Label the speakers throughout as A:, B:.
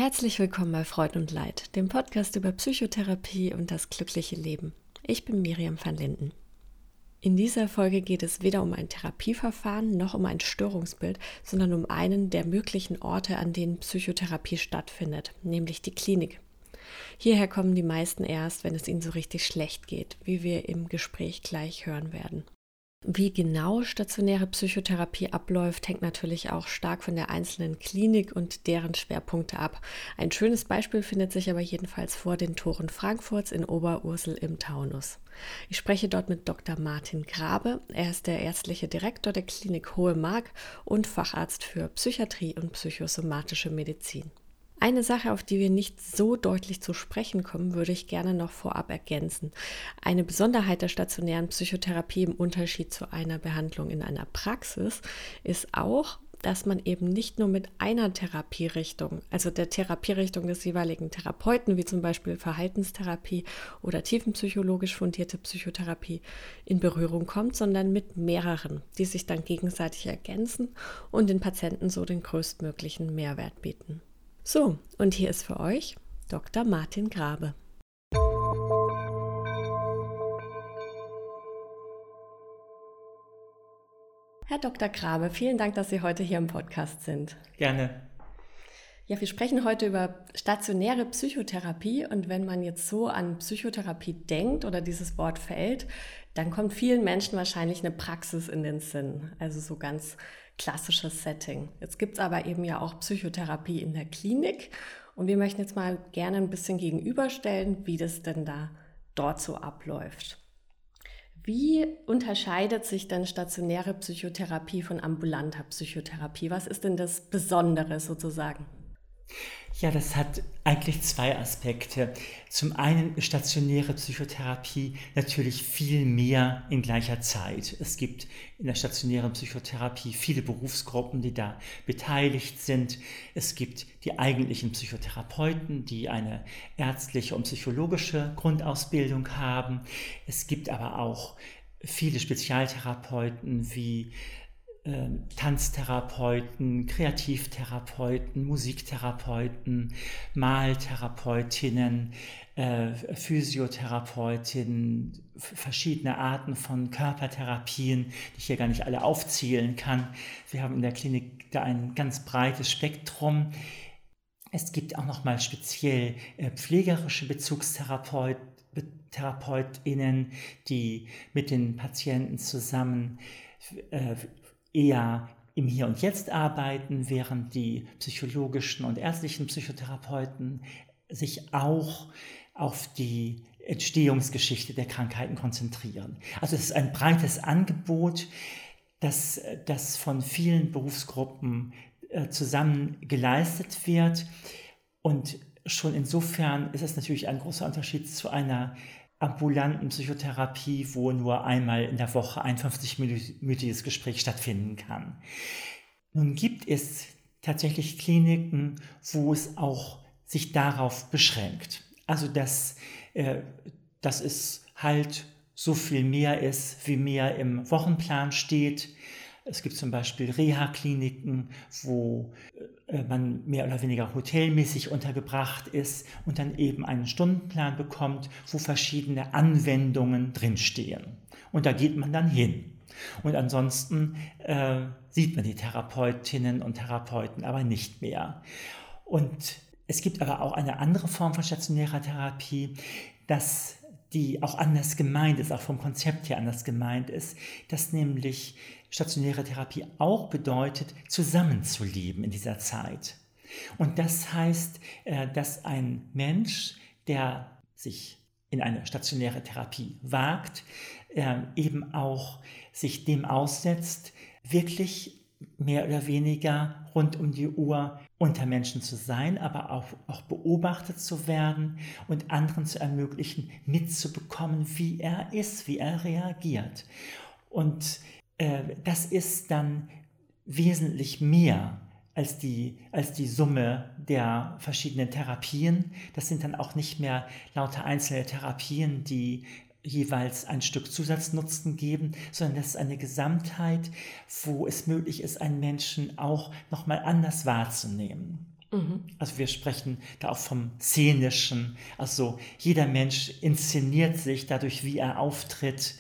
A: Herzlich willkommen bei Freud und Leid, dem Podcast über Psychotherapie und das glückliche Leben. Ich bin Miriam van Linden. In dieser Folge geht es weder um ein Therapieverfahren noch um ein Störungsbild, sondern um einen der möglichen Orte, an denen Psychotherapie stattfindet, nämlich die Klinik. Hierher kommen die meisten erst, wenn es ihnen so richtig schlecht geht, wie wir im Gespräch gleich hören werden. Wie genau stationäre Psychotherapie abläuft, hängt natürlich auch stark von der einzelnen Klinik und deren Schwerpunkte ab. Ein schönes Beispiel findet sich aber jedenfalls vor den Toren Frankfurts in Oberursel im Taunus. Ich spreche dort mit Dr. Martin Grabe. Er ist der ärztliche Direktor der Klinik Hohe Mark und Facharzt für Psychiatrie und psychosomatische Medizin. Eine Sache, auf die wir nicht so deutlich zu sprechen kommen, würde ich gerne noch vorab ergänzen. Eine Besonderheit der stationären Psychotherapie im Unterschied zu einer Behandlung in einer Praxis ist auch, dass man eben nicht nur mit einer Therapierichtung, also der Therapierichtung des jeweiligen Therapeuten, wie zum Beispiel Verhaltenstherapie oder tiefenpsychologisch fundierte Psychotherapie, in Berührung kommt, sondern mit mehreren, die sich dann gegenseitig ergänzen und den Patienten so den größtmöglichen Mehrwert bieten. So, und hier ist für euch Dr. Martin Grabe. Herr Dr. Grabe, vielen Dank, dass Sie heute hier im Podcast sind.
B: Gerne.
A: Ja, wir sprechen heute über stationäre Psychotherapie und wenn man jetzt so an Psychotherapie denkt oder dieses Wort fällt, dann kommt vielen Menschen wahrscheinlich eine Praxis in den Sinn, also so ganz klassisches Setting. Jetzt gibt es aber eben ja auch Psychotherapie in der Klinik und wir möchten jetzt mal gerne ein bisschen gegenüberstellen, wie das denn da dort so abläuft. Wie unterscheidet sich denn stationäre Psychotherapie von ambulanter Psychotherapie? Was ist denn das Besondere sozusagen?
B: Ja, das hat eigentlich zwei Aspekte. Zum einen ist stationäre Psychotherapie natürlich viel mehr in gleicher Zeit. Es gibt in der stationären Psychotherapie viele Berufsgruppen, die da beteiligt sind. Es gibt die eigentlichen Psychotherapeuten, die eine ärztliche und psychologische Grundausbildung haben. Es gibt aber auch viele Spezialtherapeuten wie Tanztherapeuten, Kreativtherapeuten, Musiktherapeuten, Maltherapeutinnen, Physiotherapeutinnen, verschiedene Arten von Körpertherapien, die ich hier gar nicht alle aufzählen kann. Wir haben in der Klinik da ein ganz breites Spektrum. Es gibt auch nochmal speziell pflegerische BezugstherapeutInnen, die mit den Patienten zusammen eher im Hier und Jetzt arbeiten, während die psychologischen und ärztlichen Psychotherapeuten sich auch auf die Entstehungsgeschichte der Krankheiten konzentrieren. Also es ist ein breites Angebot, das von vielen Berufsgruppen zusammen geleistet wird. Und schon insofern ist es natürlich ein großer Unterschied zu einer ambulanten Psychotherapie, wo nur einmal in der Woche ein 50-minütiges Gespräch stattfinden kann. Nun gibt es tatsächlich Kliniken, wo es auch sich darauf beschränkt. Also dass es halt so viel mehr ist, wie mehr im Wochenplan steht. Es gibt zum Beispiel Reha-Kliniken, wo man mehr oder weniger hotelmäßig untergebracht ist und dann eben einen Stundenplan bekommt, wo verschiedene Anwendungen drinstehen. Und da geht man dann hin. Und ansonsten sieht man die Therapeutinnen und Therapeuten aber nicht mehr. Und es gibt aber auch eine andere Form von stationärer Therapie, die auch anders gemeint ist, auch vom Konzept her anders gemeint ist, dass nämlich stationäre Therapie auch bedeutet, zusammenzuleben in dieser Zeit. Und das heißt, dass ein Mensch, der sich in eine stationäre Therapie wagt, eben auch sich dem aussetzt, wirklich mehr oder weniger rund um die Uhr unter Menschen zu sein, aber auch beobachtet zu werden und anderen zu ermöglichen, mitzubekommen, wie er ist, wie er reagiert. Und das ist dann wesentlich mehr als die Summe der verschiedenen Therapien. Das sind dann auch nicht mehr lauter einzelne Therapien, die jeweils ein Stück Zusatznutzen geben, sondern das ist eine Gesamtheit, wo es möglich ist, einen Menschen auch nochmal anders wahrzunehmen. Also wir sprechen da auch vom Szenischen. Also jeder Mensch inszeniert sich dadurch, wie er auftritt,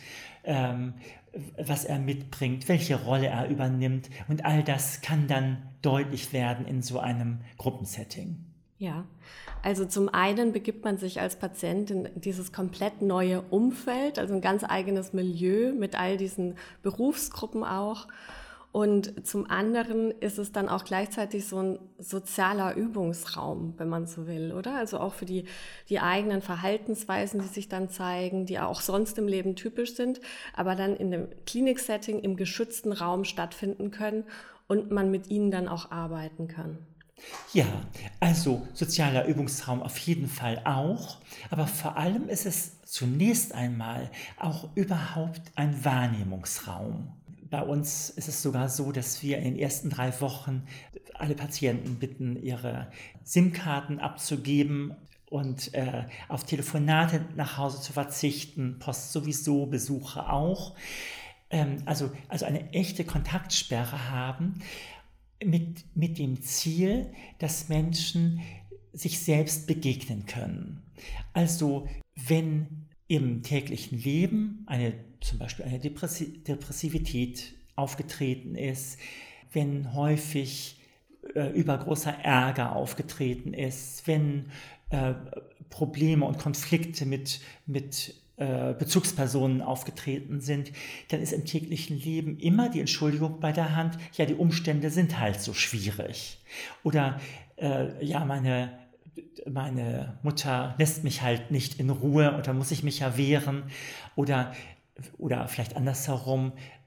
B: was er mitbringt, welche Rolle er übernimmt. Und all das kann dann deutlich werden in so einem Gruppensetting.
A: Ja, also zum einen begibt man sich als Patient in dieses komplett neue Umfeld, also ein ganz eigenes Milieu mit all diesen Berufsgruppen auch. Und zum anderen ist es dann auch gleichzeitig so ein sozialer Übungsraum, wenn man so will, oder? Also auch für die eigenen Verhaltensweisen, die sich dann zeigen, die auch sonst im Leben typisch sind, aber dann in dem Kliniksetting im geschützten Raum stattfinden können und man mit ihnen dann auch arbeiten kann.
B: Ja, also sozialer Übungsraum auf jeden Fall auch, aber vor allem ist es zunächst einmal auch überhaupt ein Wahrnehmungsraum. Bei uns ist es sogar so, dass wir in den ersten 3 Wochen alle Patienten bitten, ihre SIM-Karten abzugeben und auf Telefonate nach Hause zu verzichten, Post sowieso, Besuche auch. Also eine echte Kontaktsperre haben mit dem Ziel, dass Menschen sich selbst begegnen können. Also wenn im täglichen Leben zum Beispiel eine Depressivität aufgetreten ist, wenn häufig übergroßer Ärger aufgetreten ist, wenn Probleme und Konflikte mit Bezugspersonen aufgetreten sind, dann ist im täglichen Leben immer die Entschuldigung bei der Hand, ja, die Umstände sind halt so schwierig. Oder ja, meine Mutter lässt mich halt nicht in Ruhe und da muss ich mich ja wehren. Oder vielleicht andersherum,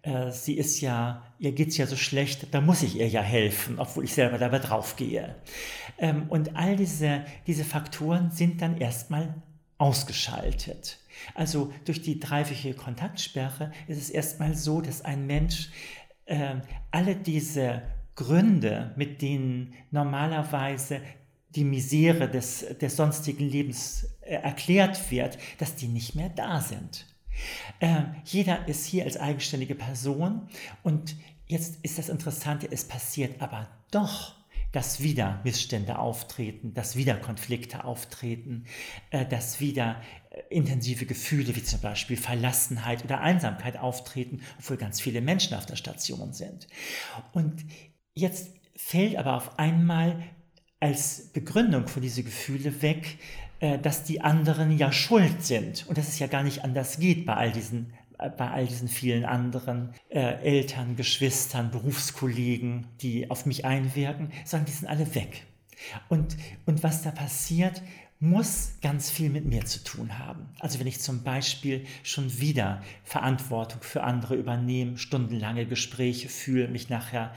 B: ihr geht's ja so schlecht, da muss ich ihr ja helfen, obwohl ich selber dabei draufgehe. Und all diese Faktoren sind dann erstmal ausgeschaltet. Also durch die 3-wöchige Kontaktsperre ist es erstmal so, dass ein Mensch alle diese Gründe, mit denen normalerweise die Misere des sonstigen Lebens erklärt wird, dass die nicht mehr da sind. Jeder ist hier als eigenständige Person und jetzt ist das Interessante, es passiert aber doch, dass wieder Missstände auftreten, dass wieder Konflikte auftreten, dass wieder intensive Gefühle wie zum Beispiel Verlassenheit oder Einsamkeit auftreten, obwohl ganz viele Menschen auf der Station sind. Und jetzt fällt aber auf einmal als Begründung für diese Gefühle weg, dass die anderen ja schuld sind und dass es ja gar nicht anders geht bei all diesen vielen anderen Eltern, Geschwistern, Berufskollegen, die auf mich einwirken, sondern die sind alle weg. Und was da passiert, muss ganz viel mit mir zu tun haben. Also wenn ich zum Beispiel schon wieder Verantwortung für andere übernehme, stundenlange Gespräche führe, mich nachher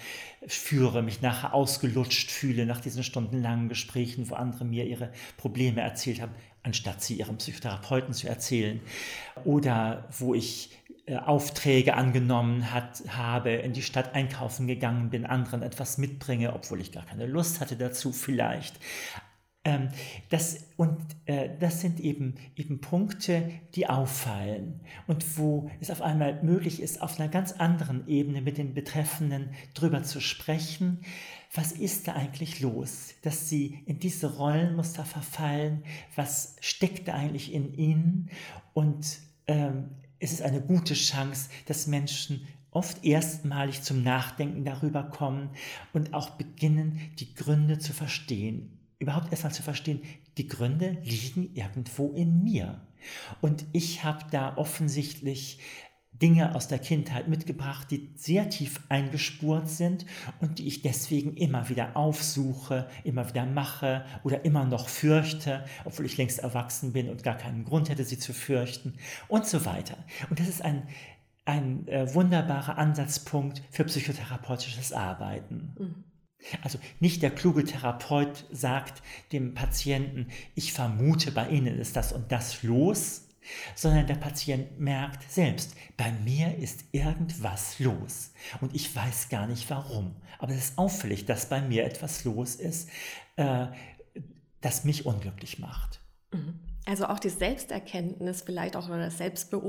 B: ausgelutscht fühle nach diesen stundenlangen Gesprächen, wo andere mir ihre Probleme erzählt haben, anstatt sie ihrem Psychotherapeuten zu erzählen. Oder wo ich Aufträge angenommen habe, in die Stadt einkaufen gegangen bin, anderen etwas mitbringe, obwohl ich gar keine Lust hatte dazu vielleicht. Das sind eben Punkte, die auffallen und wo es auf einmal möglich ist, auf einer ganz anderen Ebene mit den Betreffenden drüber zu sprechen. Was ist da eigentlich los, dass sie in diese Rollenmuster verfallen? Was steckt da eigentlich in ihnen? Und es ist eine gute Chance, dass Menschen oft erstmalig zum Nachdenken darüber kommen und auch beginnen, die Gründe zu verstehen. Überhaupt erstmal zu verstehen, die Gründe liegen irgendwo in mir. Und ich habe da offensichtlich Dinge aus der Kindheit mitgebracht, die sehr tief eingespurt sind und die ich deswegen immer wieder aufsuche, immer wieder mache oder immer noch fürchte, obwohl ich längst erwachsen bin und gar keinen Grund hätte, sie zu fürchten und so weiter. Und das ist ein wunderbarer Ansatzpunkt für psychotherapeutisches Arbeiten. Mhm. Also nicht der kluge Therapeut sagt dem Patienten, ich vermute, bei Ihnen ist das und das los, sondern der Patient merkt selbst, bei mir ist irgendwas los und ich weiß gar nicht warum. Aber es ist auffällig, dass bei mir etwas los ist, das mich unglücklich macht.
A: Also auch die Selbsterkenntnis vielleicht auch oder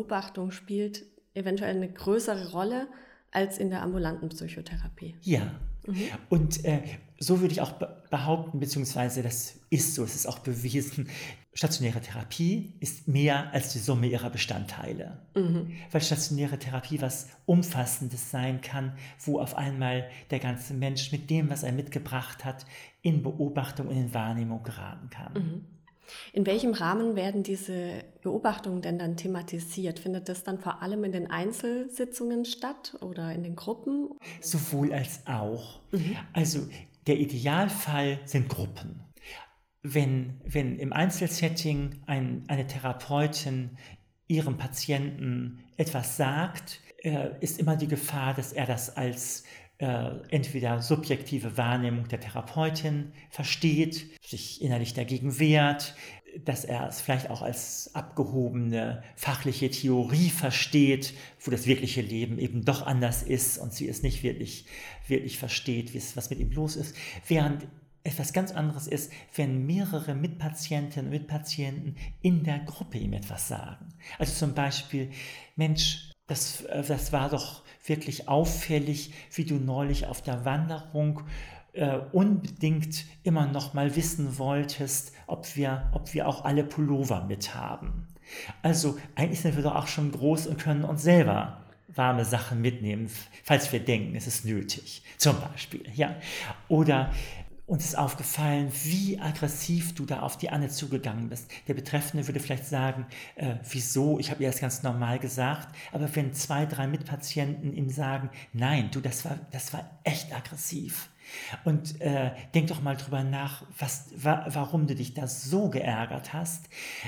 A: Selbstbeobachtung spielt eventuell eine größere Rolle als in der ambulanten Psychotherapie.
B: Ja. Und so würde ich auch behaupten, beziehungsweise das ist so, es ist auch bewiesen, stationäre Therapie ist mehr als die Summe ihrer Bestandteile. Weil stationäre Therapie was Umfassendes sein kann, wo auf einmal der ganze Mensch mit dem, was er mitgebracht hat, in Beobachtung und in Wahrnehmung geraten kann.
A: In welchem Rahmen werden diese Beobachtungen denn dann thematisiert? Findet das dann vor allem in den Einzelsitzungen statt oder in den Gruppen?
B: Sowohl als auch. Also der Idealfall sind Gruppen. Wenn im Einzelsetting eine Therapeutin ihrem Patienten etwas sagt, ist immer die Gefahr, dass er das als entweder subjektive Wahrnehmung der Therapeutin versteht, sich innerlich dagegen wehrt, dass er es vielleicht auch als abgehobene fachliche Theorie versteht, wo das wirkliche Leben eben doch anders ist und sie es nicht wirklich versteht, was mit ihm los ist. Während etwas ganz anderes ist, wenn mehrere Mitpatientinnen und Mitpatienten in der Gruppe ihm etwas sagen. Also zum Beispiel, Mensch, das war doch wirklich auffällig, wie du neulich auf der Wanderung unbedingt immer noch mal wissen wolltest, ob wir auch alle Pullover mit haben. Also eigentlich sind wir doch auch schon groß und können uns selber warme Sachen mitnehmen, falls wir denken, es ist nötig. Zum Beispiel, ja. Oder uns ist aufgefallen, wie aggressiv du da auf die Anne zugegangen bist. Der Betreffende würde vielleicht sagen, wieso, ich habe ihr das ganz normal gesagt. Aber wenn 2, 3 Mitpatienten ihm sagen, nein, du, das war echt aggressiv. Und denk doch mal drüber nach, warum du dich da so geärgert hast,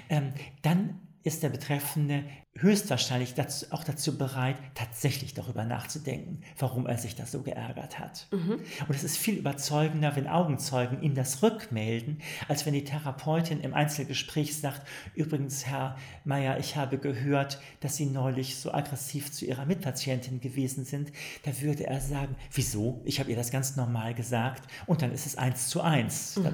B: dann ist der Betreffende höchstwahrscheinlich auch dazu bereit, tatsächlich darüber nachzudenken, warum er sich da so geärgert hat. Und es ist viel überzeugender, wenn Augenzeugen ihm das rückmelden, als wenn die Therapeutin im Einzelgespräch sagt, übrigens, Herr Meier, ich habe gehört, dass Sie neulich so aggressiv zu Ihrer Mitpatientin gewesen sind. Da würde er sagen, wieso? Ich habe ihr das ganz normal gesagt. Und dann ist es 1:1.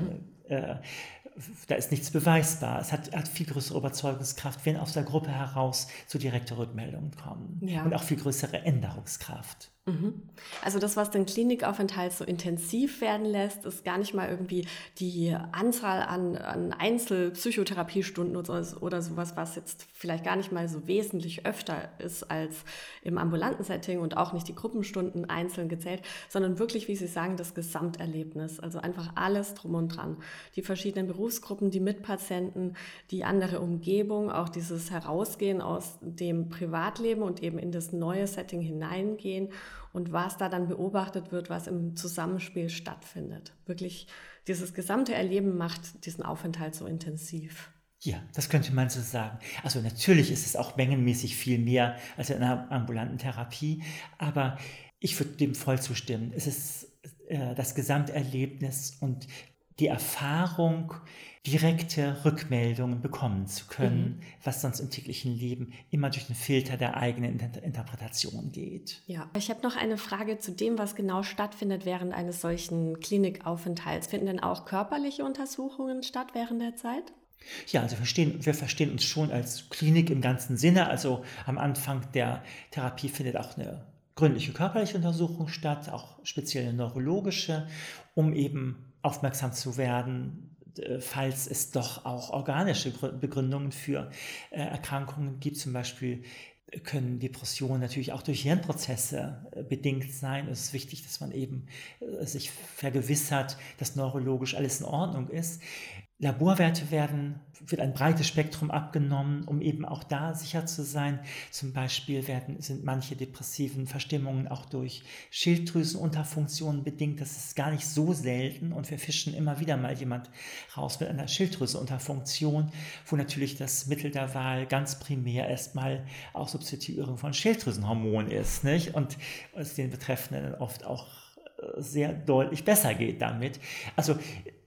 B: Da ist nichts beweisbar. Es hat viel größere Überzeugungskraft, wenn aus der Gruppe heraus so direkte Rückmeldungen kommen. Ja. Und auch viel größere Änderungskraft.
A: Also das, was den Klinikaufenthalt so intensiv werden lässt, ist gar nicht mal irgendwie die Anzahl an Einzelpsychotherapiestunden oder sowas, was jetzt vielleicht gar nicht mal so wesentlich öfter ist als im ambulanten Setting und auch nicht die Gruppenstunden einzeln gezählt, sondern wirklich, wie Sie sagen, das Gesamterlebnis. Also einfach alles drum und dran. Die verschiedenen Berufsgruppen, die Mitpatienten, die andere Umgebung, auch dieses Herausgehen aus dem Privatleben und eben in das neue Setting hineingehen und was da dann beobachtet wird, was im Zusammenspiel stattfindet. Wirklich dieses gesamte Erleben macht diesen Aufenthalt so intensiv.
B: Ja, das könnte man so sagen. Also natürlich ist es auch mengenmäßig viel mehr als in einer ambulanten Therapie, aber ich würde dem voll zustimmen. Es ist das Gesamterlebnis und die Erfahrung, direkte Rückmeldungen bekommen zu können, was sonst im täglichen Leben immer durch den Filter der eigenen Interpretation geht.
A: Ja, ich habe noch eine Frage zu dem, was genau stattfindet während eines solchen Klinikaufenthalts. Finden denn auch körperliche Untersuchungen statt während der Zeit?
B: Ja, also wir verstehen uns schon als Klinik im ganzen Sinne. Also am Anfang der Therapie findet auch eine gründliche körperliche Untersuchung statt, auch spezielle neurologische, um eben aufmerksam zu werden, falls es doch auch organische Begründungen für Erkrankungen gibt. Zum Beispiel können Depressionen natürlich auch durch Hirnprozesse bedingt sein. Es ist wichtig, dass man eben sich vergewissert, dass neurologisch alles in Ordnung ist. Laborwerte wird ein breites Spektrum abgenommen, um eben auch da sicher zu sein. Zum Beispiel sind manche depressiven Verstimmungen auch durch Schilddrüsenunterfunktionen bedingt. Das ist gar nicht so selten und wir fischen immer wieder mal jemand raus mit einer Schilddrüsenunterfunktion, wo natürlich das Mittel der Wahl ganz primär erstmal auch Substituierung von Schilddrüsenhormonen ist, nicht? Und es den Betreffenden oft auch sehr deutlich besser geht damit. Also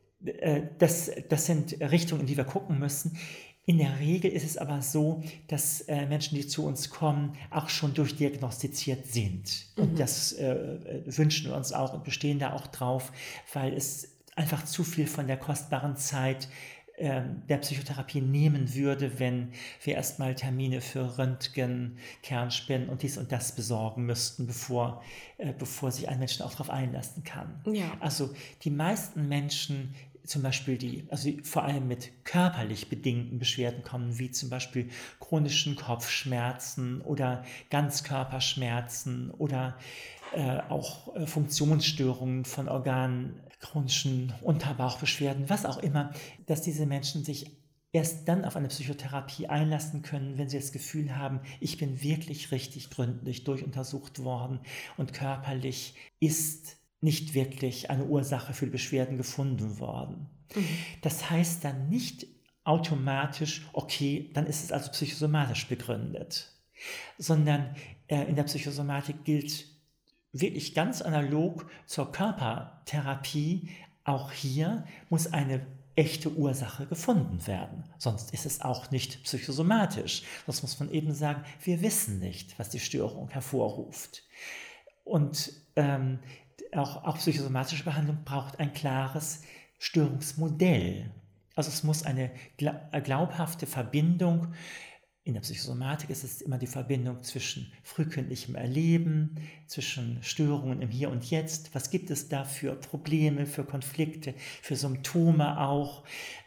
B: das sind Richtungen, in die wir gucken müssen. In der Regel ist es aber so, dass Menschen, die zu uns kommen, auch schon durchdiagnostiziert sind. Und das wünschen wir uns auch und bestehen da auch drauf, weil es einfach zu viel von der kostbaren Zeit der Psychotherapie nehmen würde, wenn wir erstmal Termine für Röntgen, Kernspenden und dies und das besorgen müssten, bevor sich ein Mensch auch darauf einlassen kann.
A: Ja.
B: Also die meisten Menschen, zum Beispiel die vor allem mit körperlich bedingten Beschwerden kommen, wie zum Beispiel chronischen Kopfschmerzen oder Ganzkörperschmerzen oder auch Funktionsstörungen von Organen, chronischen Unterbauchbeschwerden, was auch immer, dass diese Menschen sich erst dann auf eine Psychotherapie einlassen können, wenn sie das Gefühl haben, ich bin wirklich richtig gründlich durchuntersucht worden und körperlich ist nicht wirklich eine Ursache für die Beschwerden gefunden worden. Das heißt dann nicht automatisch, okay, dann ist es also psychosomatisch begründet, sondern in der Psychosomatik gilt wirklich ganz analog zur Körpertherapie, auch hier muss eine echte Ursache gefunden werden. Sonst ist es auch nicht psychosomatisch. Sonst muss man eben sagen, wir wissen nicht, was die Störung hervorruft. Und auch psychosomatische Behandlung braucht ein klares Störungsmodell. Also es muss eine glaubhafte Verbindung. In der Psychosomatik ist es immer die Verbindung zwischen frühkindlichem Erleben, zwischen Störungen im Hier und Jetzt. Was gibt es da für Probleme, für Konflikte, für Symptome auch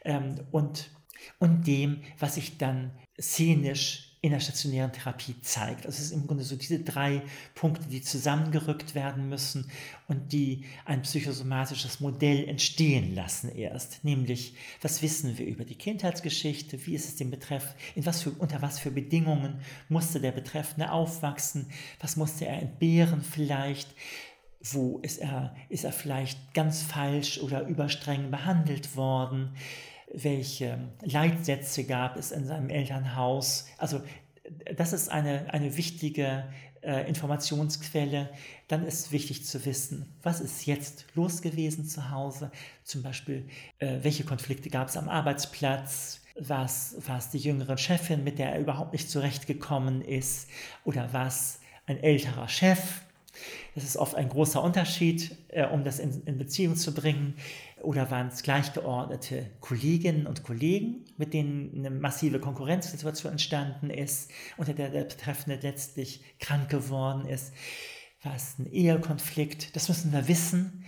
B: und dem, was sich dann szenisch in der stationären Therapie zeigt. Also es ist im Grunde so diese 3 Punkte, die zusammengerückt werden müssen und die ein psychosomatisches Modell entstehen lassen erst. Nämlich, was wissen wir über die Kindheitsgeschichte, wie ist es dem Betreff, unter was für Bedingungen musste der Betreffende aufwachsen, was musste er entbehren vielleicht, wo ist er vielleicht ganz falsch oder überstreng behandelt worden, welche Leitsätze gab es in seinem Elternhaus. Also das ist eine wichtige Informationsquelle. Dann ist wichtig zu wissen, was ist jetzt los gewesen zu Hause. Zum Beispiel, welche Konflikte gab es am Arbeitsplatz. War es die jüngere Chefin, mit der er überhaupt nicht zurechtgekommen ist? Oder war es ein älterer Chef? Das ist oft ein großer Unterschied, um das in Beziehung zu bringen. Oder waren es gleichgeordnete Kolleginnen und Kollegen, mit denen eine massive Konkurrenzsituation entstanden ist, unter der der Betreffende letztlich krank geworden ist? War es ein Ehekonflikt? Das müssen wir wissen.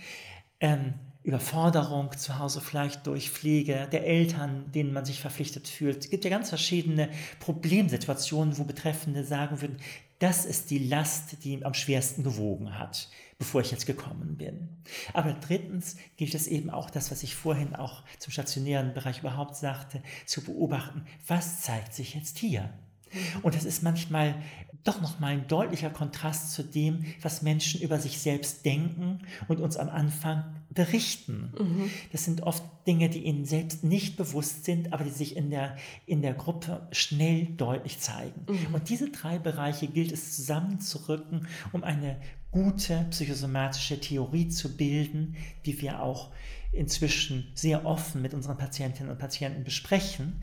B: Überforderung zu Hause vielleicht durch Pflege der Eltern, denen man sich verpflichtet fühlt. Es gibt ja ganz verschiedene Problemsituationen, wo Betreffende sagen würden, das ist die Last, die ihm am schwersten gewogen hat, bevor ich jetzt gekommen bin. Aber drittens gilt es eben auch, das, was ich vorhin auch zum stationären Bereich überhaupt sagte, zu beobachten, was zeigt sich jetzt hier? Und das ist manchmal doch nochmal ein deutlicher Kontrast zu dem, was Menschen über sich selbst denken und uns am Anfang berichten. Das sind oft Dinge, die ihnen selbst nicht bewusst sind, aber die sich in der Gruppe schnell deutlich zeigen. Und diese 3 Bereiche gilt es zusammenzurücken, um eine gute psychosomatische Theorie zu bilden, die wir auch inzwischen sehr offen mit unseren Patientinnen und Patienten besprechen.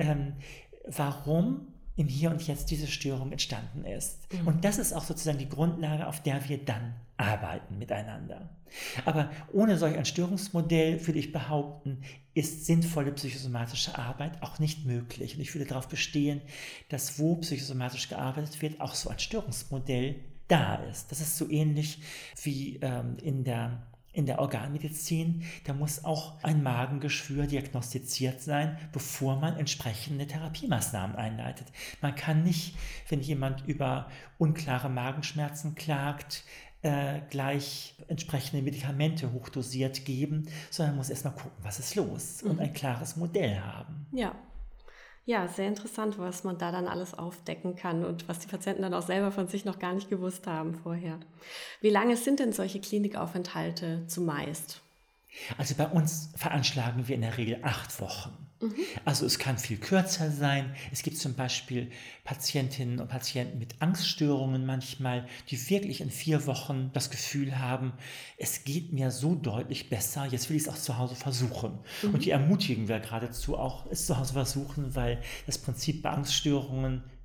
B: Warum im Hier und Jetzt diese Störung entstanden ist. Und das ist auch sozusagen die Grundlage, auf der wir dann arbeiten miteinander. Aber ohne solch ein Störungsmodell, würde ich behaupten, ist sinnvolle psychosomatische Arbeit auch nicht möglich. Und ich würde darauf bestehen, dass wo psychosomatisch gearbeitet wird, auch so ein Störungsmodell da ist. Das ist so ähnlich wie in der Organmedizin, da muss auch ein Magengeschwür diagnostiziert sein, bevor man entsprechende Therapiemaßnahmen einleitet. Man kann nicht, wenn jemand über unklare Magenschmerzen klagt, gleich entsprechende Medikamente hochdosiert geben, sondern muss erst mal gucken, was ist los und ein klares Modell haben.
A: Ja, sehr interessant, was man da dann alles aufdecken kann und was die Patienten dann auch selber von sich noch gar nicht gewusst haben vorher. Wie lange sind denn solche Klinikaufenthalte zumeist?
B: Also bei uns veranschlagen wir in der Regel 8 Wochen. Also es kann viel kürzer sein. Es gibt zum Beispiel Patientinnen und Patienten mit Angststörungen manchmal, die wirklich in 4 Wochen das Gefühl haben, es geht mir so deutlich besser, jetzt will ich es auch zu Hause versuchen. Und die ermutigen wir geradezu auch, es zu Hause versuchen, weil das Prinzip bei Angststörungen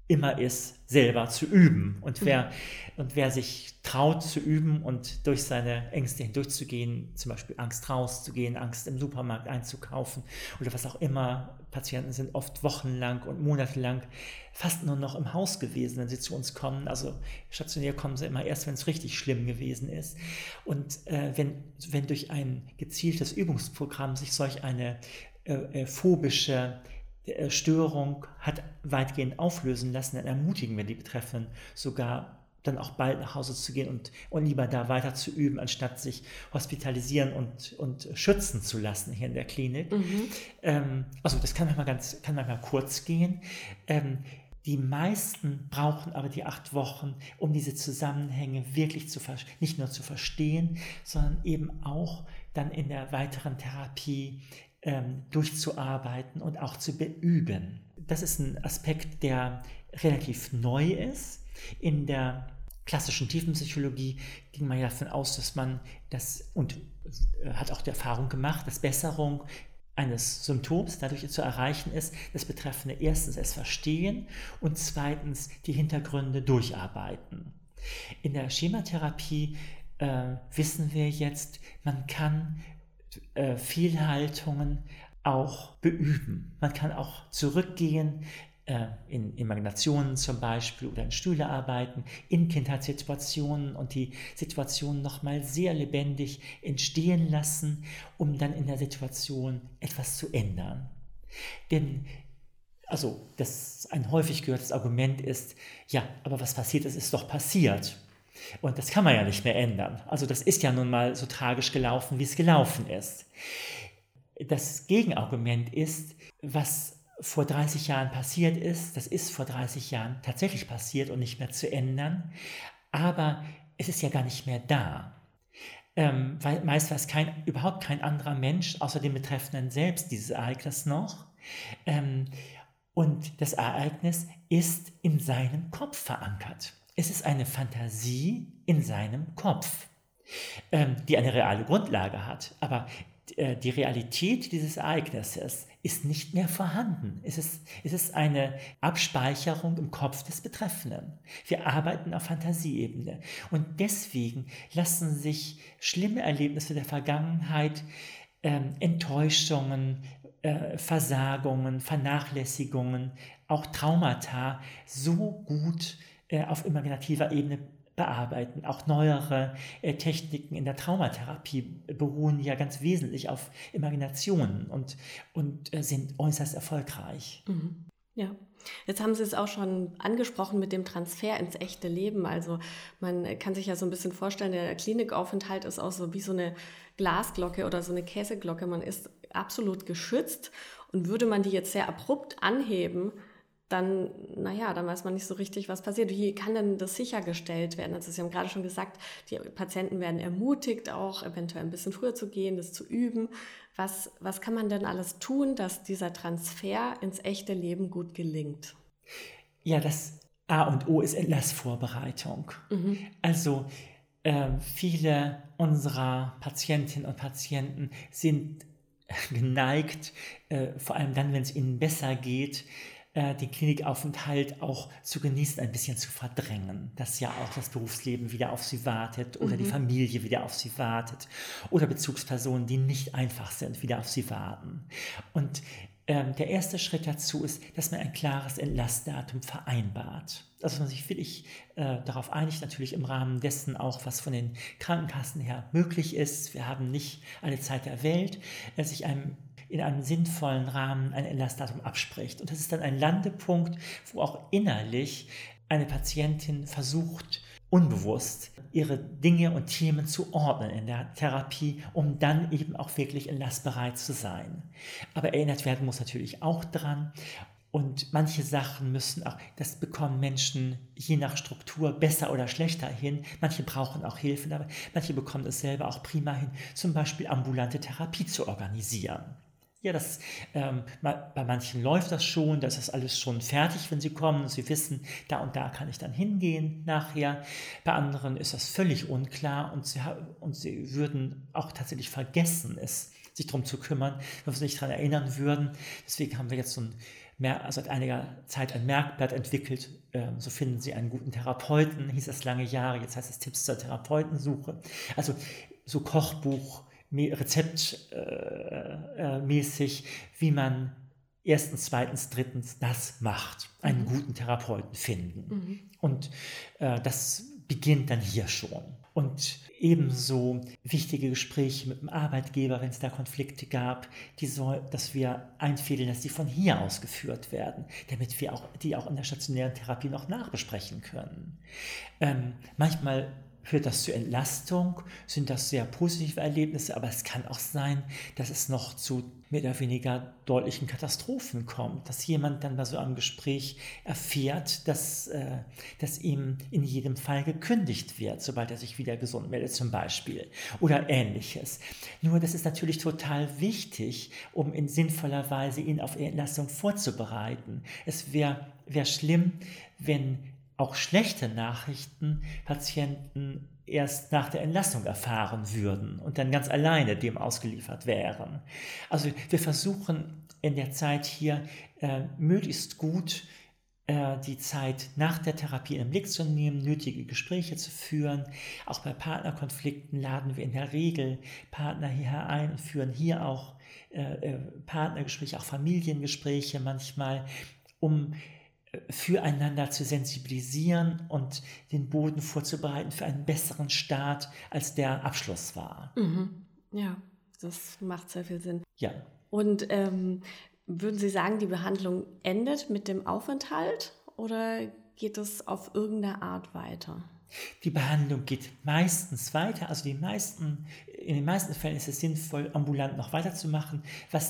B: immer ist, selber zu üben. Und wer sich traut zu üben und durch seine Ängste hindurchzugehen, zum Beispiel Angst rauszugehen, Angst im Supermarkt einzukaufen oder was auch immer, Patienten sind oft wochenlang und monatelang fast nur noch im Haus gewesen, wenn sie zu uns kommen. Also stationär kommen sie immer erst, wenn es richtig schlimm gewesen ist. Und wenn durch ein gezieltes Übungsprogramm sich solch eine phobische Störung hat weitgehend auflösen lassen, dann ermutigen wir die Betreffenden sogar dann auch bald nach Hause zu gehen und lieber da weiter zu üben, anstatt sich hospitalisieren und schützen zu lassen hier in der Klinik. Also das kann manchmal kurz gehen. Die meisten brauchen aber die 8 Wochen, um diese Zusammenhänge wirklich nicht nur zu verstehen, sondern eben auch dann in der weiteren Therapie durchzuarbeiten und auch zu beüben. Das ist ein Aspekt, der relativ neu ist. In der klassischen Tiefenpsychologie ging man ja davon aus, dass man hat auch die Erfahrung gemacht, dass Besserung eines Symptoms dadurch zu erreichen ist, dass Betreffende erstens es verstehen und zweitens die Hintergründe durcharbeiten. In der Schematherapie wissen wir jetzt, man kann Fehlhaltungen auch beüben. Man kann auch zurückgehen in Imaginationen zum Beispiel oder in Stühle arbeiten, in Kindheitssituationen und die Situationen nochmal sehr lebendig entstehen lassen, um dann in der Situation etwas zu ändern. Denn das ein häufig gehörtes Argument ist, ja, aber was passiert ist, ist doch passiert. Und das kann man ja nicht mehr ändern. Also das ist ja nun mal so tragisch gelaufen, wie es gelaufen ist. Das Gegenargument ist, was vor 30 Jahren passiert ist, das ist vor 30 Jahren tatsächlich passiert und nicht mehr zu ändern, aber es ist ja gar nicht mehr da. Weil meist weiß überhaupt kein anderer Mensch, außer dem Betreffenden selbst, dieses Ereignis noch. Und das Ereignis ist in seinem Kopf verankert. Es ist eine Fantasie in seinem Kopf, die eine reale Grundlage hat. Aber die Realität dieses Ereignisses ist nicht mehr vorhanden. Es ist eine Abspeicherung im Kopf des Betreffenden. Wir arbeiten auf Fantasieebene. Und deswegen lassen sich schlimme Erlebnisse der Vergangenheit, Enttäuschungen, Versagungen, Vernachlässigungen, auch Traumata so gut auf imaginativer Ebene bearbeiten. Auch neuere Techniken in der Traumatherapie beruhen ja ganz wesentlich auf Imaginationen und sind äußerst erfolgreich.
A: Mhm. Ja, jetzt haben Sie es auch schon angesprochen mit dem Transfer ins echte Leben. Also man kann sich ja so ein bisschen vorstellen, der Klinikaufenthalt ist auch so wie so eine Glasglocke oder so eine Käseglocke. Man ist absolut geschützt und würde man die jetzt sehr abrupt anheben, dann weiß man nicht so richtig, was passiert. Wie kann denn das sichergestellt werden? Also Sie haben gerade schon gesagt, die Patienten werden ermutigt, auch eventuell ein bisschen früher zu gehen, das zu üben. Was kann man denn alles tun, dass dieser Transfer ins echte Leben gut gelingt?
B: Ja, das A und O ist Entlassvorbereitung. Also viele unserer Patientinnen und Patienten sind geneigt, vor allem dann, wenn es ihnen besser geht, den Klinikaufenthalt auch zu genießen, ein bisschen zu verdrängen, dass ja auch das Berufsleben wieder auf sie wartet oder die Familie wieder auf sie wartet oder Bezugspersonen, die nicht einfach sind, wieder auf sie warten. Und der erste Schritt dazu ist, dass man ein klares Entlassdatum vereinbart. Also dass man sich wirklich darauf einigt, natürlich im Rahmen dessen auch, was von den Krankenkassen her möglich ist. Wir haben nicht alle Zeit der Welt, sich in einem sinnvollen Rahmen ein Entlassdatum abspricht. Und das ist dann ein Landepunkt, wo auch innerlich eine Patientin versucht, unbewusst ihre Dinge und Themen zu ordnen in der Therapie, um dann eben auch wirklich entlassbereit zu sein. Aber erinnert werden muss natürlich auch dran. Und manche Sachen müssen auch, das bekommen Menschen je nach Struktur besser oder schlechter hin. Manche brauchen auch Hilfe, aber manche bekommen es selber auch prima hin, zum Beispiel ambulante Therapie zu organisieren. Ja, bei manchen läuft das schon, da ist das alles schon fertig, wenn sie kommen und sie wissen, da und da kann ich dann hingehen nachher. Bei anderen ist das völlig unklar und sie würden auch tatsächlich vergessen, sich darum zu kümmern, wenn wir sich daran erinnern würden. Deswegen haben wir jetzt so ein seit einiger Zeit ein Merkblatt entwickelt. So finden Sie einen guten Therapeuten, hieß es lange Jahre, jetzt heißt es Tipps zur Therapeutensuche. Also so Kochbuch, rezeptmäßig, wie man erstens, zweitens, drittens das macht, einen guten Therapeuten finden. Und das beginnt dann hier schon. Und ebenso wichtige Gespräche mit dem Arbeitgeber, wenn es da Konflikte gab, dass wir einfädeln, dass die von hier aus geführt werden, damit wir die auch in der stationären Therapie noch nachbesprechen können. Manchmal führt das zur Entlastung, sind das sehr positive Erlebnisse, aber es kann auch sein, dass es noch zu mehr oder weniger deutlichen Katastrophen kommt, dass jemand dann bei so einem Gespräch erfährt, dass ihm in jedem Fall gekündigt wird, sobald er sich wieder gesund meldet zum Beispiel oder Ähnliches. Nur das ist natürlich total wichtig, um in sinnvoller Weise ihn auf Entlastung vorzubereiten. Es wäre schlimm, wenn auch schlechte Nachrichten Patienten erst nach der Entlassung erfahren würden und dann ganz alleine dem ausgeliefert wären. Also wir versuchen in der Zeit hier möglichst gut die Zeit nach der Therapie in den Blick zu nehmen, nötige Gespräche zu führen. Auch bei Partnerkonflikten laden wir in der Regel Partner hierher ein und führen hier auch Partnergespräche, auch Familiengespräche manchmal, um füreinander zu sensibilisieren und den Boden vorzubereiten für einen besseren Start, als der Abschluss war.
A: Ja, das macht sehr viel Sinn.
B: Ja.
A: Und würden Sie sagen, die Behandlung endet mit dem Aufenthalt oder geht es auf irgendeine Art weiter?
B: Die Behandlung geht meistens weiter, also in den meisten Fällen ist es sinnvoll, ambulant noch weiterzumachen,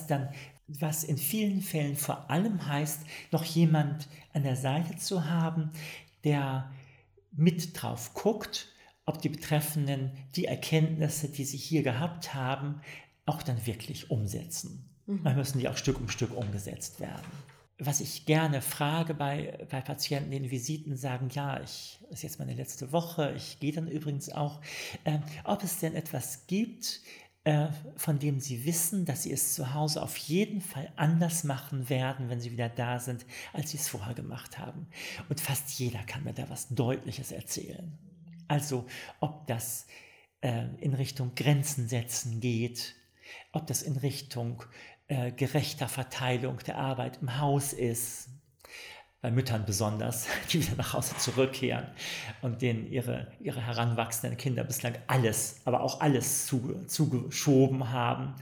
B: was in vielen Fällen vor allem heißt, noch jemand an der Seite zu haben, der mit drauf guckt, ob die Betreffenden die Erkenntnisse, die sie hier gehabt haben, auch dann wirklich umsetzen. Dann müssen die auch Stück um Stück umgesetzt werden. Was ich gerne frage bei Patienten, die in Visiten sagen, ja, ist jetzt meine letzte Woche, ich gehe dann übrigens auch, ob es denn etwas gibt, von dem Sie wissen, dass Sie es zu Hause auf jeden Fall anders machen werden, wenn Sie wieder da sind, als Sie es vorher gemacht haben. Und fast jeder kann mir da was Deutliches erzählen. Also ob das in Richtung Grenzen setzen geht, ob das in Richtung gerechter Verteilung der Arbeit im Haus ist, bei Müttern besonders, die wieder nach Hause zurückkehren und denen ihre heranwachsenden Kinder bislang alles, aber auch alles zugeschoben haben,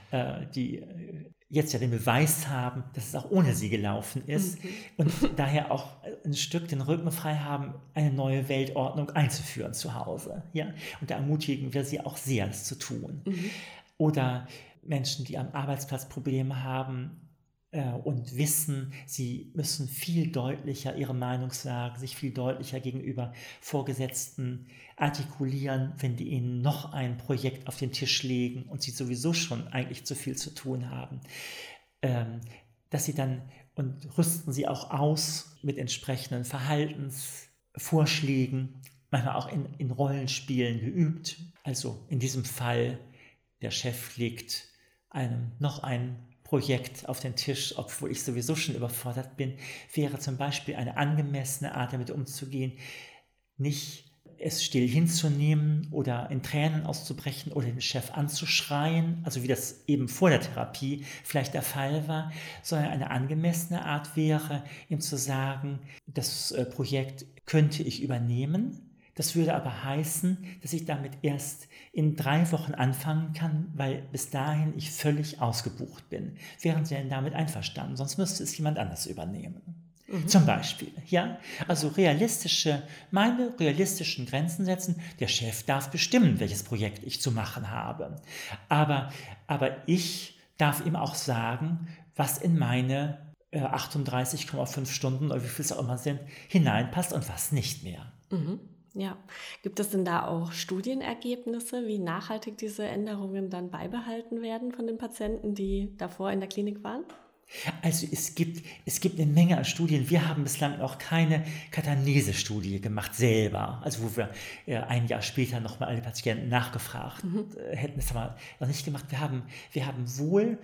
B: die jetzt ja den Beweis haben, dass es auch ohne sie gelaufen ist und daher auch ein Stück den Rücken frei haben, eine neue Weltordnung einzuführen zu Hause. Ja? Und da ermutigen wir sie auch sehr, das zu tun. Oder Menschen, die am Arbeitsplatz Probleme haben und wissen, sie müssen viel deutlicher ihre Meinung sagen, sich viel deutlicher gegenüber Vorgesetzten artikulieren, wenn die ihnen noch ein Projekt auf den Tisch legen und sie sowieso schon eigentlich zu viel zu tun haben, dass sie dann und rüsten sie auch aus mit entsprechenden Verhaltensvorschlägen, manchmal auch in Rollenspielen geübt. Also in diesem Fall, der Chef legt einem noch ein Projekt auf den Tisch, obwohl ich sowieso schon überfordert bin, wäre zum Beispiel eine angemessene Art, damit umzugehen, nicht es still hinzunehmen oder in Tränen auszubrechen oder den Chef anzuschreien, also wie das eben vor der Therapie vielleicht der Fall war, sondern eine angemessene Art wäre, ihm zu sagen, das Projekt könnte ich übernehmen. Das würde aber heißen, dass ich damit erst in 3 Wochen anfangen kann, weil bis dahin ich völlig ausgebucht bin. Wären Sie denn damit einverstanden? Sonst müsste es jemand anders übernehmen. Zum Beispiel, ja? Also meine realistischen Grenzen setzen. Der Chef darf bestimmen, welches Projekt ich zu machen habe. Aber ich darf ihm auch sagen, was in meine 38,5 Stunden oder wie viel es auch immer sind, hineinpasst und was nicht mehr.
A: Ja, gibt es denn da auch Studienergebnisse, wie nachhaltig diese Änderungen dann beibehalten werden von den Patienten, die davor in der Klinik waren?
B: Also es gibt eine Menge an Studien. Wir haben bislang noch keine Katanese-Studie gemacht selber, also wo wir ein Jahr später nochmal alle Patienten nachgefragt hätten. Das haben wir noch nicht gemacht. Wir haben wohl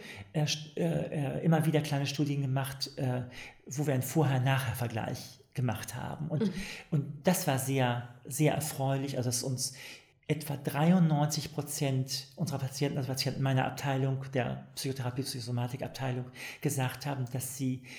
B: immer wieder kleine Studien gemacht, wo wir einen Vorher-Nachher-Vergleich gemacht haben. Und das war sehr, sehr erfreulich, also dass uns etwa 93% unserer Patienten, also Patienten meiner Abteilung, der Psychotherapie, Psychosomatik-Abteilung, gesagt haben, dass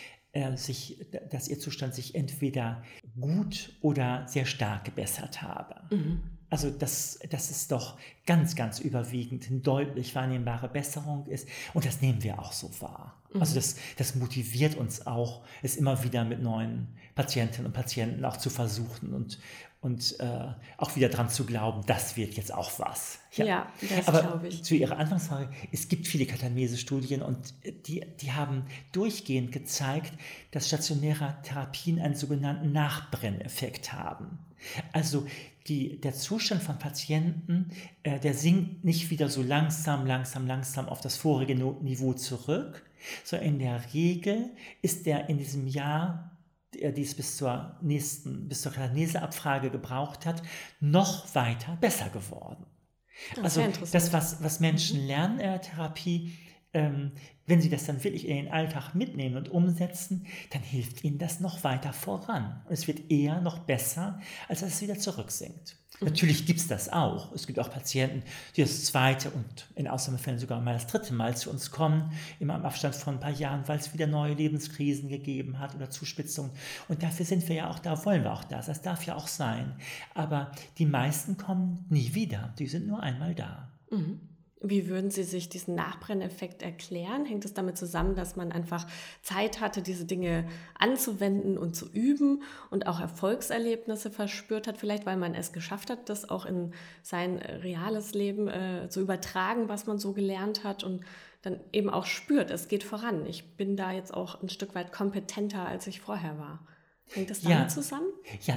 B: dass ihr Zustand sich entweder gut oder sehr stark gebessert habe. Also das ist doch ganz, ganz überwiegend eine deutlich wahrnehmbare Besserung ist. Und das nehmen wir auch so wahr. Also das motiviert uns auch, es immer wieder mit neuen Patientinnen und Patienten auch zu versuchen und auch wieder dran zu glauben, das wird jetzt auch was.
A: Ja, das glaube ich.
B: Zu Ihrer Anfangsfrage, es gibt viele Katanese-Studien und die haben durchgehend gezeigt, dass stationäre Therapien einen sogenannten Nachbrenneffekt haben. Also der Zustand von Patienten, der sinkt nicht wieder so langsam auf das vorige Niveau zurück, sondern in der Regel ist der in diesem Jahr, die es bis zur Kataneseabfrage gebraucht hat, noch weiter besser geworden. Also das, was Menschen lernen in der Therapie, wenn sie das dann wirklich in den Alltag mitnehmen und umsetzen, dann hilft ihnen das noch weiter voran. Und es wird eher noch besser, als dass es wieder zurücksinkt. Natürlich gibt es das auch. Es gibt auch Patienten, die das zweite und in Ausnahmefällen sogar mal das dritte Mal zu uns kommen, immer im Abstand von ein paar Jahren, weil es wieder neue Lebenskrisen gegeben hat oder Zuspitzungen. Und dafür sind wir ja auch da, wollen wir auch da. Das darf ja auch sein. Aber die meisten kommen nie wieder. Die sind nur einmal da.
A: Wie würden Sie sich diesen Nachbrenneffekt erklären? Hängt es damit zusammen, dass man einfach Zeit hatte, diese Dinge anzuwenden und zu üben und auch Erfolgserlebnisse verspürt hat, vielleicht weil man es geschafft hat, das auch in sein reales Leben zu übertragen, was man so gelernt hat und dann eben auch spürt, es geht voran. Ich bin da jetzt auch ein Stück weit kompetenter, als ich vorher war. Hängt das damit zusammen?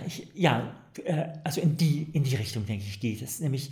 B: Also in die Richtung, denke ich, geht es. Nämlich,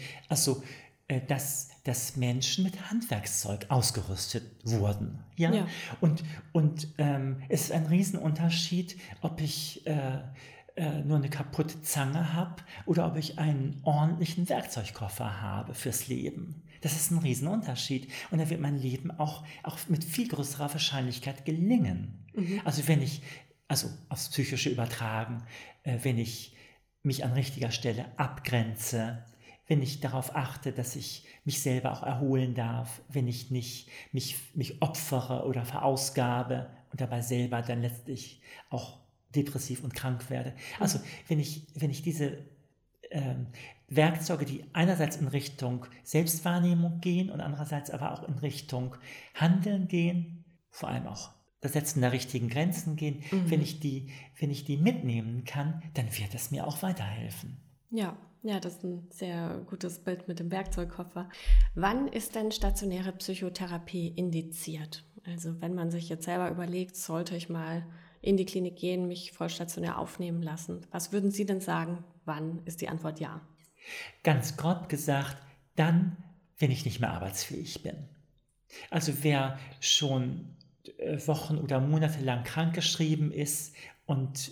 B: dass Menschen mit Handwerkszeug ausgerüstet wurden. Ja? Und es ist ein Riesenunterschied, ob ich nur eine kaputte Zange habe oder ob ich einen ordentlichen Werkzeugkoffer habe fürs Leben. Das ist ein Riesenunterschied. Und dann wird mein Leben auch mit viel größerer Wahrscheinlichkeit gelingen. Also aufs Psychische übertragen, wenn ich mich an richtiger Stelle abgrenze, wenn ich darauf achte, dass ich mich selber auch erholen darf, wenn ich nicht mich opfere oder verausgabe und dabei selber dann letztlich auch depressiv und krank werde. Also wenn ich diese Werkzeuge, die einerseits in Richtung Selbstwahrnehmung gehen und andererseits aber auch in Richtung Handeln gehen, vor allem auch das Setzen der richtigen Grenzen gehen, wenn ich die mitnehmen kann, dann wird es mir auch weiterhelfen.
A: Ja, das ist ein sehr gutes Bild mit dem Werkzeugkoffer. Wann ist denn stationäre Psychotherapie indiziert? Also wenn man sich jetzt selber überlegt, sollte ich mal in die Klinik gehen, mich vollstationär aufnehmen lassen. Was würden Sie denn sagen, wann ist die Antwort ja?
B: Ganz grob gesagt, dann, wenn ich nicht mehr arbeitsfähig bin. Also wer schon Wochen oder Monate lang krankgeschrieben ist und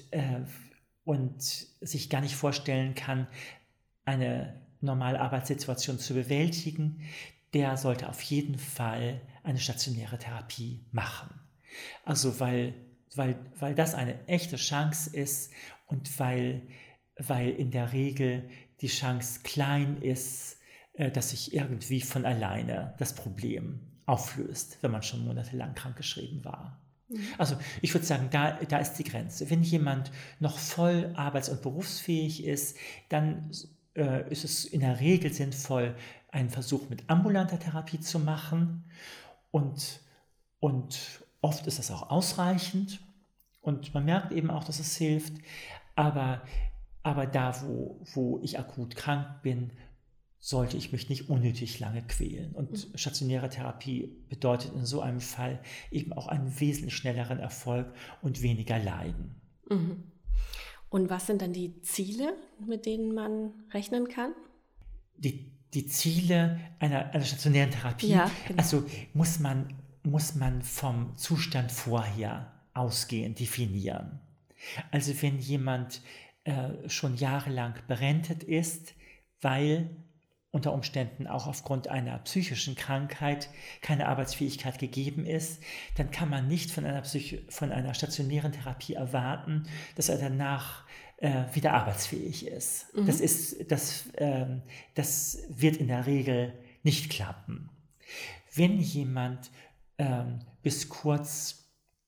B: sich gar nicht vorstellen kann, eine normale Arbeitssituation zu bewältigen, der sollte auf jeden Fall eine stationäre Therapie machen. Also weil das eine echte Chance ist und weil in der Regel die Chance klein ist, dass sich irgendwie von alleine das Problem auflöst, wenn man schon monatelang krankgeschrieben war. Also ich würde sagen, da ist die Grenze. Wenn jemand noch voll arbeits- und berufsfähig ist, dann ist es in der Regel sinnvoll, einen Versuch mit ambulanter Therapie zu machen und oft ist das auch ausreichend und man merkt eben auch, dass es hilft, aber da, wo ich akut krank bin, sollte ich mich nicht unnötig lange quälen. Und stationäre Therapie bedeutet in so einem Fall eben auch einen wesentlich schnelleren Erfolg und weniger Leiden.
A: Und was sind dann die Ziele, mit denen man rechnen kann?
B: Die Ziele einer stationären Therapie,
A: Ja, genau.
B: also muss man muss man vom Zustand vorher ausgehend definieren. Also wenn jemand schon jahrelang berentet ist, weil unter Umständen auch aufgrund einer psychischen Krankheit keine Arbeitsfähigkeit gegeben ist, dann kann man nicht von einer stationären Therapie erwarten, dass er danach wieder arbeitsfähig ist. Das wird in der Regel nicht klappen. Wenn jemand bis kurz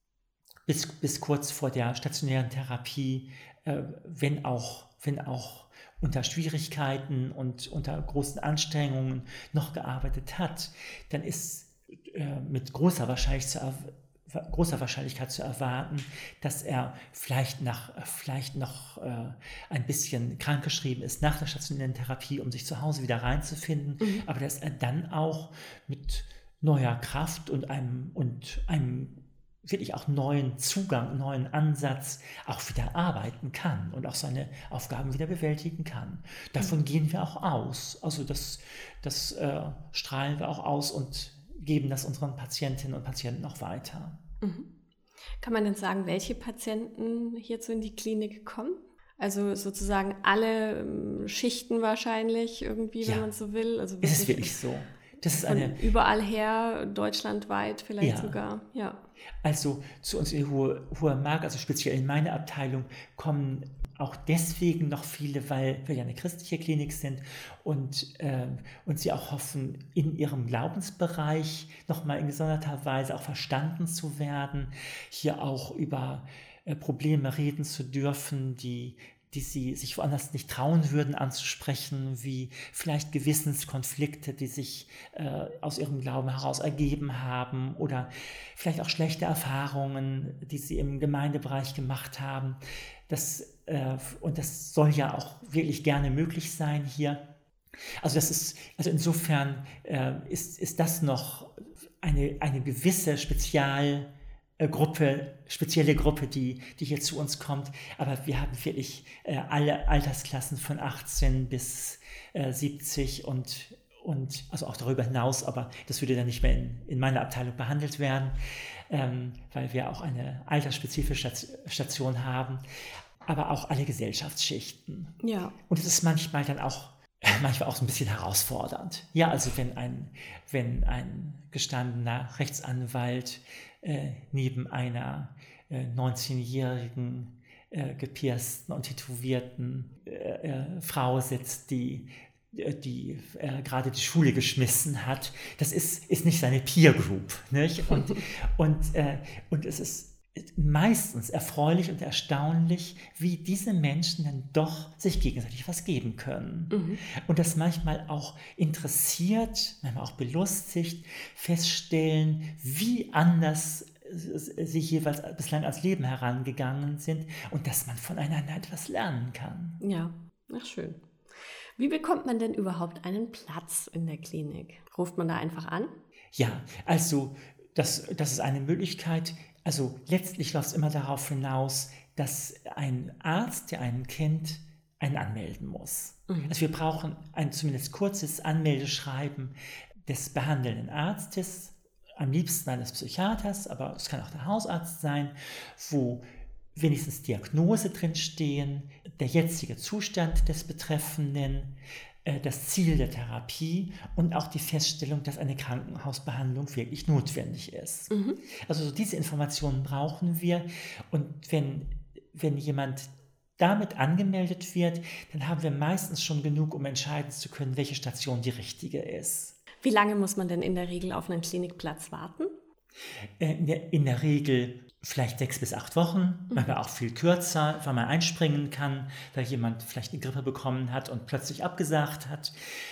B: vor der stationären Therapie, wenn auch unter Schwierigkeiten und unter großen Anstrengungen noch gearbeitet hat, dann ist mit großer Wahrscheinlichkeit zu erwarten, dass er vielleicht noch ein bisschen krankgeschrieben ist nach der stationären Therapie, um sich zu Hause wieder reinzufinden, aber dass er dann auch mit neuer Kraft und einem wirklich auch neuen Zugang, neuen Ansatz auch wieder arbeiten kann und auch seine Aufgaben wieder bewältigen kann. Davon gehen wir auch aus. Also das strahlen wir auch aus und geben das unseren Patientinnen und Patienten auch weiter.
A: Kann man denn sagen, welche Patienten hierzu in die Klinik kommen? Also sozusagen alle Schichten wahrscheinlich irgendwie, wenn man so will. Also
B: ist es wirklich so? Das ist
A: von überall her, deutschlandweit vielleicht sogar. Ja.
B: Also zu uns in Hohe Mark, also speziell in meine Abteilung, kommen auch deswegen noch viele, weil wir ja eine christliche Klinik sind und sie auch hoffen, in ihrem Glaubensbereich nochmal in gesonderter Weise auch verstanden zu werden, hier auch über Probleme reden zu dürfen, die sie sich woanders nicht trauen würden anzusprechen, wie vielleicht Gewissenskonflikte, die sich aus ihrem Glauben heraus ergeben haben oder vielleicht auch schlechte Erfahrungen, die sie im Gemeindebereich gemacht haben. Und das soll ja auch wirklich gerne möglich sein hier. Also insofern ist das noch eine gewisse spezielle Gruppe, die hier zu uns kommt. Aber wir haben wirklich alle Altersklassen von 18 bis 70 und also auch darüber hinaus, aber das würde dann nicht mehr in meiner Abteilung behandelt werden, weil wir auch eine altersspezifische Station haben, aber auch alle Gesellschaftsschichten.
A: Ja.
B: Und es ist manchmal auch so ein bisschen herausfordernd. Ja, also wenn ein gestandener Rechtsanwalt neben einer 19-jährigen gepiersten und tätowierten Frau sitzt, die gerade die Schule geschmissen hat, das ist nicht seine Peer Group, nicht? Und es ist meistens erfreulich und erstaunlich, wie diese Menschen dann doch sich gegenseitig was geben können. Und das manchmal auch interessiert, manchmal auch belustigt, feststellen, wie anders sie jeweils bislang ans Leben herangegangen sind und dass man voneinander etwas lernen kann.
A: Ja, ach schön. Wie bekommt man denn überhaupt einen Platz in der Klinik? Ruft man da einfach an?
B: Ja, also das ist eine Möglichkeit. Also letztlich läuft es immer darauf hinaus, dass ein Arzt, der einen kennt, einen anmelden muss. Also wir brauchen ein zumindest kurzes Anmeldeschreiben des behandelnden Arztes, am liebsten eines Psychiaters, aber es kann auch der Hausarzt sein, wo wenigstens Diagnose drinstehen, der jetzige Zustand des Betreffenden, das Ziel der Therapie und auch die Feststellung, dass eine Krankenhausbehandlung wirklich notwendig ist. Also diese Informationen brauchen wir und wenn jemand damit angemeldet wird, dann haben wir meistens schon genug, um entscheiden zu können, welche Station die richtige ist.
A: Wie lange muss man denn in der Regel auf einen Klinikplatz warten?
B: In der Regel vielleicht 6 bis 8 Wochen, manchmal auch viel kürzer, weil man einspringen kann, weil jemand vielleicht eine Grippe bekommen hat und plötzlich abgesagt hat.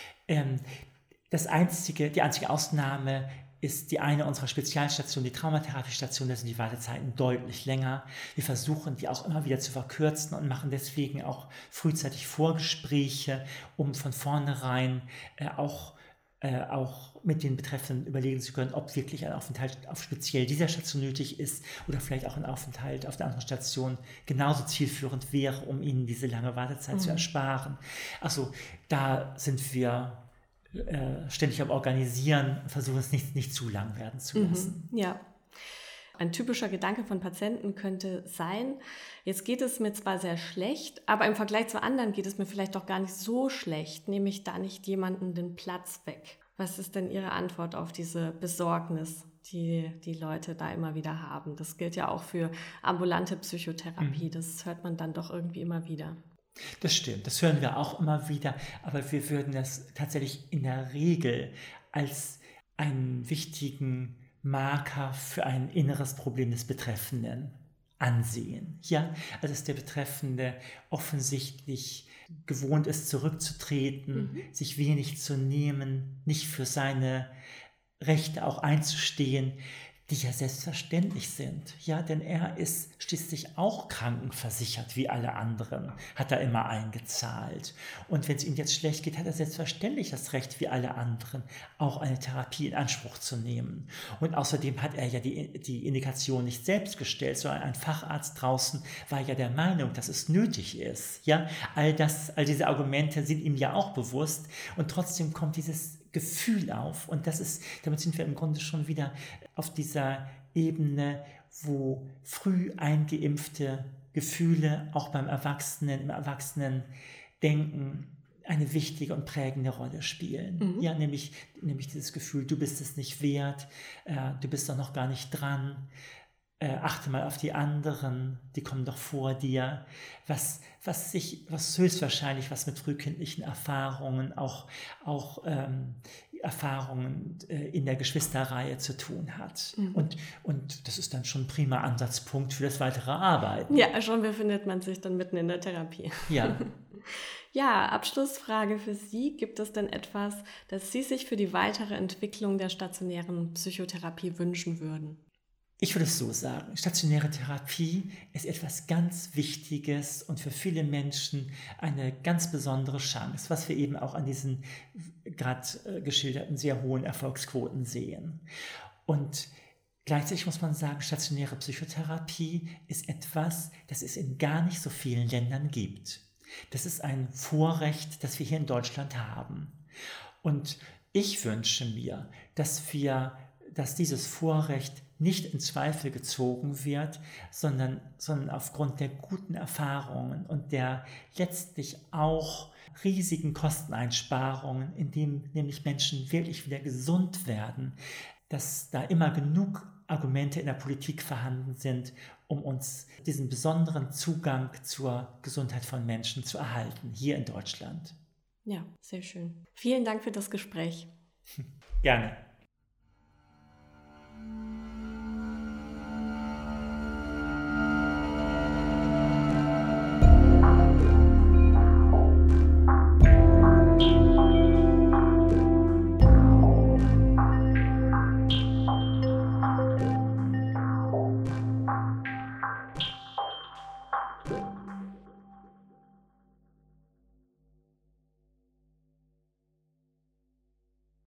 B: Die einzige Ausnahme ist die eine unserer Spezialstationen, die Traumatherapiestation, da sind die Wartezeiten deutlich länger. Wir versuchen, die auch immer wieder zu verkürzen und machen deswegen auch frühzeitig Vorgespräche, um von vornherein auch mit den Betreffenden überlegen zu können, ob wirklich ein Aufenthalt auf speziell dieser Station nötig ist oder vielleicht auch ein Aufenthalt auf der anderen Station genauso zielführend wäre, um ihnen diese lange Wartezeit zu ersparen. Also da sind wir ständig am Organisieren, versuchen es nicht zu lang werden zu lassen.
A: Ja. Ein typischer Gedanke von Patienten könnte sein, jetzt geht es mir zwar sehr schlecht, aber im Vergleich zu anderen geht es mir vielleicht doch gar nicht so schlecht, nehme ich da nicht jemanden den Platz weg? Was ist denn Ihre Antwort auf diese Besorgnis, die die Leute da immer wieder haben? Das gilt ja auch für ambulante Psychotherapie, das hört man dann doch irgendwie immer wieder.
B: Das stimmt, das hören wir auch immer wieder, aber wir würden das tatsächlich in der Regel als einen wichtigen Marker für ein inneres Problem des Betreffenden ansehen. Ja, also dass der Betreffende offensichtlich gewohnt ist, zurückzutreten, sich wenig zu nehmen, nicht für seine Rechte auch einzustehen, die ja selbstverständlich sind. Ja, denn er ist schließlich auch krankenversichert wie alle anderen, hat er immer eingezahlt. Und wenn es ihm jetzt schlecht geht, hat er selbstverständlich das Recht wie alle anderen, auch eine Therapie in Anspruch zu nehmen. Und außerdem hat er ja die Indikation nicht selbst gestellt, sondern ein Facharzt draußen war ja der Meinung, dass es nötig ist. Ja, all diese Argumente sind ihm ja auch bewusst und trotzdem kommt dieses Gefühl auf und damit sind wir im Grunde schon wieder auf dieser Ebene, wo früh eingeimpfte Gefühle auch im Erwachsenendenken eine wichtige und prägende Rolle spielen. Ja, nämlich dieses Gefühl, du bist es nicht wert, du bist doch noch gar nicht dran, achte mal auf die anderen, die kommen doch vor dir, was höchstwahrscheinlich was mit frühkindlichen Erfahrungen, auch Erfahrungen in der Geschwisterreihe zu tun hat. Und das ist dann schon ein prima Ansatzpunkt für das weitere Arbeiten.
A: Ja, schon befindet man sich dann mitten in der Therapie.
B: Ja.
A: Ja, Abschlussfrage für Sie. Gibt es denn etwas, das Sie sich für die weitere Entwicklung der stationären Psychotherapie wünschen würden?
B: Ich würde es so sagen, stationäre Therapie ist etwas ganz Wichtiges und für viele Menschen eine ganz besondere Chance, was wir eben auch an diesen gerade geschilderten sehr hohen Erfolgsquoten sehen. Und gleichzeitig muss man sagen, stationäre Psychotherapie ist etwas, das es in gar nicht so vielen Ländern gibt. Das ist ein Vorrecht, das wir hier in Deutschland haben. Und ich wünsche mir, dass dieses Vorrecht nicht in Zweifel gezogen wird, sondern aufgrund der guten Erfahrungen und der letztlich auch riesigen Kosteneinsparungen, indem nämlich Menschen wirklich wieder gesund werden, dass da immer genug Argumente in der Politik vorhanden sind, um uns diesen besonderen Zugang zur Gesundheit von Menschen zu erhalten, hier in Deutschland.
A: Ja, sehr schön. Vielen Dank für das Gespräch.
B: Gerne.